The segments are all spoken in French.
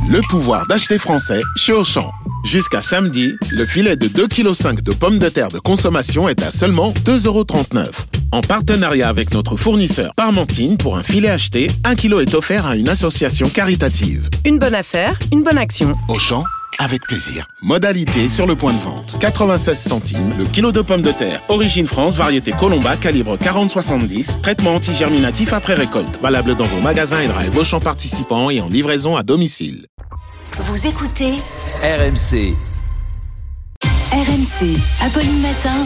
Le pouvoir d'acheter français chez Auchan. Jusqu'à samedi, le filet de 2,5 kg de pommes de terre de consommation est à seulement 2,39 €. En partenariat avec notre fournisseur Parmentine, pour un filet acheté, 1 kg est offert à une association caritative. Une bonne affaire, une bonne action. Auchan, avec plaisir. Modalité sur le point de vente. 96 centimes le kilo de pommes de terre. Origine France, variété Colomba, calibre 40-70. Traitement antigerminatif après récolte. Valable dans vos magasins et drive Auchan participants et en livraison à domicile. Vous écoutez RMC. RMC, Apolline Matin.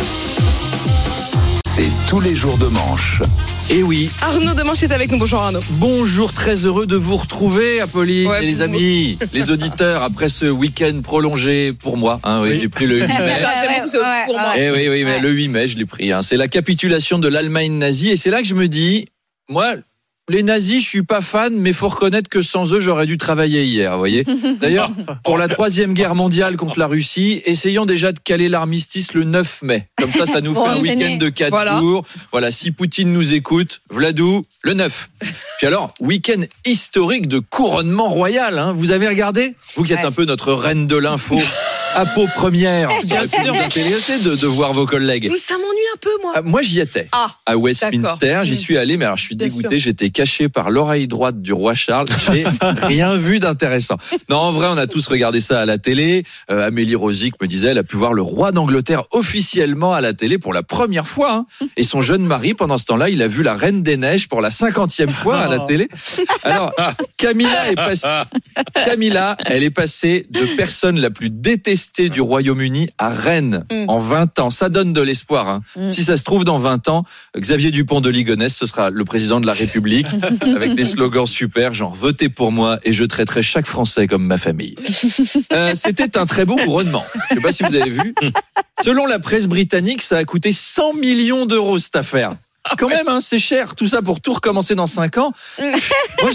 C'est tous les jours de manche. Et oui. Arnaud Demanche est avec nous. Bonjour Arnaud. Bonjour, très heureux de vous retrouver, Apolline et les amis, les auditeurs, après ce week-end prolongé pour moi. Oui. J'ai pris le 8 mai. Pour moi. Oui, mais le 8 mai, je l'ai pris. C'est la capitulation de l'Allemagne nazie. Et c'est là que je me dis, moi, les nazis, je suis pas fan, mais faut reconnaître que sans eux, j'aurais dû travailler hier, vous voyez. D'ailleurs, pour la 3e guerre mondiale contre la Russie, essayons déjà de caler l'armistice le 9 mai. Comme ça nous fait un week-end de 4 jours. Voilà, si Poutine nous écoute, Vladou, le 9. Puis alors, week-end historique de couronnement royal, hein. Vous avez regardé ? Vous qui êtes un peu notre reine de l'info. À peau première. Bien sûr. Vous êtes intéressé de voir vos collègues. Ça m'ennuie un peu, moi. Moi, j'y étais. À Westminster. J'y suis allé, mais alors je suis dégoûté. J'étais caché par l'oreille droite du roi Charles. J'ai rien vu d'intéressant. Non, en vrai, on a tous regardé ça à la télé. Amélie Rosic me disait, elle a pu voir le roi d'Angleterre officiellement à la télé pour la première fois. Hein. Et son jeune mari, pendant ce temps-là, il a vu la Reine des Neiges pour la 50e fois à la télé. Alors, Camilla, elle est passée de personne la plus détestée du Royaume-Uni à Rennes en 20 ans. Ça donne de l'espoir. Hein. Si ça se trouve, dans 20 ans, Xavier Dupont de Ligonnès, ce sera le président de la République, avec des slogans super, genre « Votez pour moi et je traiterai chaque Français comme ma famille ». C'était un très beau couronnement. Je ne sais pas si vous avez vu. Selon la presse britannique, ça a coûté 100 millions d'euros cette affaire. Quand même, hein, c'est cher. Tout ça pour tout recommencer dans 5 ans. Moi,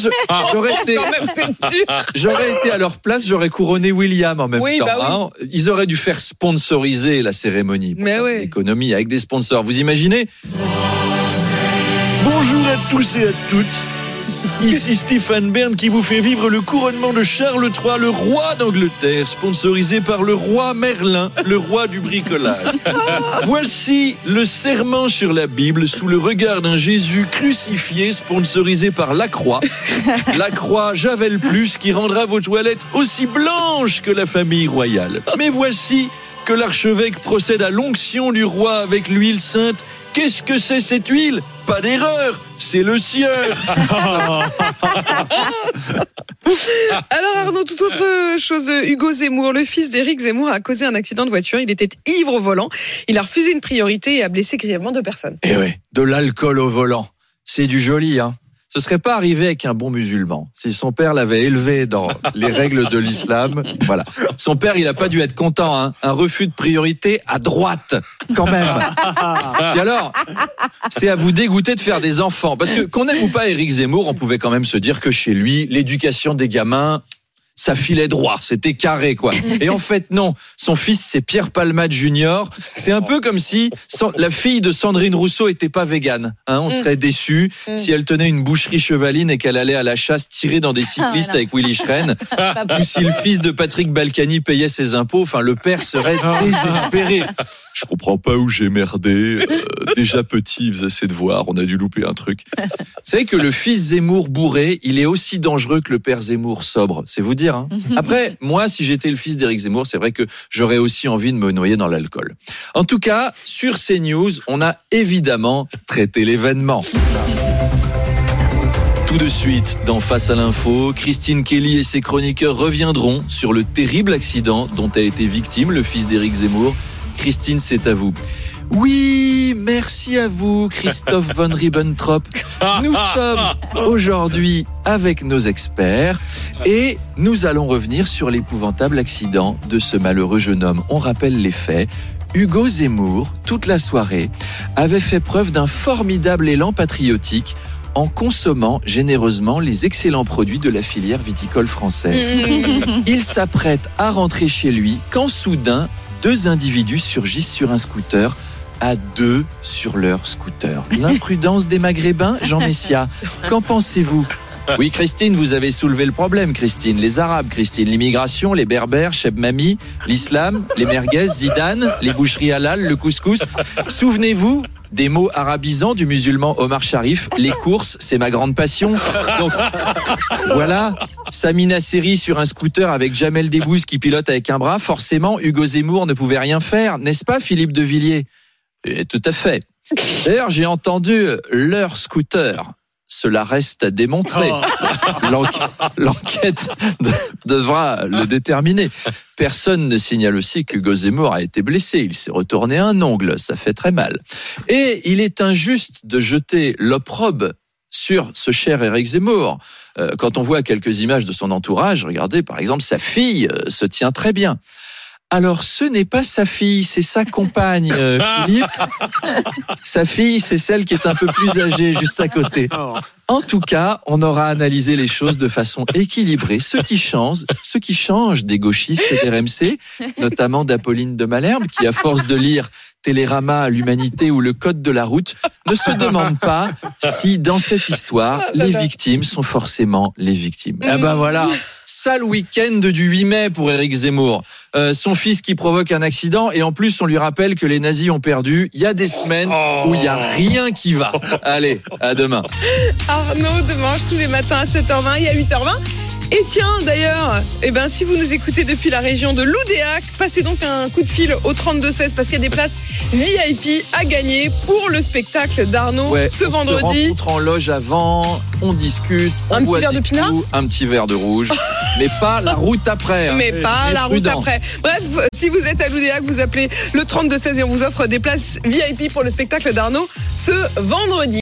j'aurais été à leur place, j'aurais couronné William en même temps. Hein. Ils auraient dû faire sponsoriser la cérémonie. Pour l'économie avec des sponsors. Vous imaginez ? Bonjour à tous et à toutes. Ici Stéphane Bern qui vous fait vivre le couronnement de Charles III, le roi d'Angleterre, sponsorisé par le roi Merlin, le roi du bricolage. Voici le serment sur la Bible sous le regard d'un Jésus crucifié, sponsorisé par la Croix. La Croix Javel Plus qui rendra vos toilettes aussi blanches que la famille royale. Mais voici que l'archevêque procède à l'onction du roi avec l'huile sainte. Qu'est-ce que c'est cette huile ? Pas d'erreur, c'est le sieur. Alors Arnaud, toute autre chose, Hugo Zemmour, le fils d'Éric Zemmour, a causé un accident de voiture. Il était ivre au volant. Il a refusé une priorité et a blessé grièvement 2 personnes. Eh ouais, de l'alcool au volant, c'est du joli, hein. Ce serait pas arrivé avec un bon musulman. Si son père l'avait élevé dans les règles de l'islam, voilà. Son père, il a pas dû être content, hein. Un refus de priorité à droite, quand même. Et alors, c'est à vous dégoûter de faire des enfants. Parce que qu'on aime ou pas Éric Zemmour, on pouvait quand même se dire que chez lui, l'éducation des gamins, ça filait droit, c'était carré, quoi. Et en fait, non. Son fils, c'est Pierre Palmade Junior. C'est un peu comme si la fille de Sandrine Rousseau était pas végane. Hein, on serait déçus si elle tenait une boucherie chevaline et qu'elle allait à la chasse tirer dans des cyclistes avec Willy Schren. Ou si le fils de Patrick Balkany payait ses impôts, enfin, le père serait désespéré. Je comprends pas où j'ai merdé. Déjà petit, il faisait ses devoirs. On a dû louper un truc. Vous savez que le fils Zemmour bourré, il est aussi dangereux que le père Zemmour sobre. C'est vous dire. Hein. Après, moi, si j'étais le fils d'Éric Zemmour, c'est vrai que j'aurais aussi envie de me noyer dans l'alcool. En tout cas, sur CNews, on a évidemment traité l'événement. Tout de suite, dans Face à l'info, Christine Kelly et ses chroniqueurs reviendront sur le terrible accident dont a été victime le fils d'Éric Zemmour. Christine, c'est à vous. Oui, merci à vous, Christophe von Ribbentrop. Nous sommes aujourd'hui avec nos experts et nous allons revenir sur l'épouvantable accident de ce malheureux jeune homme. On rappelle les faits. Hugo Zemmour, toute la soirée, avait fait preuve d'un formidable élan patriotique en consommant généreusement les excellents produits de la filière viticole française. Il s'apprête à rentrer chez lui quand soudain, 2 individus surgissent sur un scooter à 2 sur leur scooter. L'imprudence des Maghrébins, Jean Messia, qu'en pensez-vous ? Oui, Christine, vous avez soulevé le problème, Christine. Les Arabes, Christine. L'immigration, les Berbères, Cheb Mami, l'islam, les merguez, Zidane, les boucheries halal, le couscous. Souvenez-vous des mots arabisants du musulman Omar Sharif. Les courses, c'est ma grande passion. Donc, voilà. Samina Seri sur un scooter avec Jamel Debbouze qui pilote avec un bras. Forcément, Hugo Zemmour ne pouvait rien faire. N'est-ce pas, Philippe de Villiers ? Tout à fait. D'ailleurs, j'ai entendu leur scooter. Cela reste à démontrer. L'enquête devra le déterminer. Personne ne signale aussi qu'Hugo Zemmour a été blessé. Il s'est retourné un ongle. Ça fait très mal. Et il est injuste de jeter l'opprobre sur ce cher Éric Zemmour. Quand on voit quelques images de son entourage, regardez, par exemple, sa fille se tient très bien. Alors, ce n'est pas sa fille, c'est sa compagne, Philippe. Sa fille, c'est celle qui est un peu plus âgée, juste à côté. En tout cas, on aura analysé les choses de façon équilibrée. Ce qui change des gauchistes d'RMC, notamment d'Apolline de Malherbe, qui, à force de lire Télérama, l'Humanité ou le Code de la route, ne se demande pas si, dans cette histoire, les victimes sont forcément les victimes. Eh ben voilà, sale week-end du 8 mai pour Éric Zemmour. Son fils qui provoque un accident et en plus on lui rappelle que les nazis ont perdu. Il y a des semaines où il n'y a rien qui va. Allez, à demain. Arnaud Demanche tous les matins à 7h20 et à 8h20. Et tiens, d'ailleurs, si vous nous écoutez depuis la région de Loudéac, passez donc un coup de fil au 3216 parce qu'il y a des places VIP à gagner pour le spectacle d'Arnaud ce vendredi. On se rencontre en loge avant, on discute, on boit petit verre de pinard, un petit verre de rouge, mais pas la route après. Mais pas la route après. Bref, si vous êtes à Loudéac, vous appelez le 3216 et on vous offre des places VIP pour le spectacle d'Arnaud ce vendredi.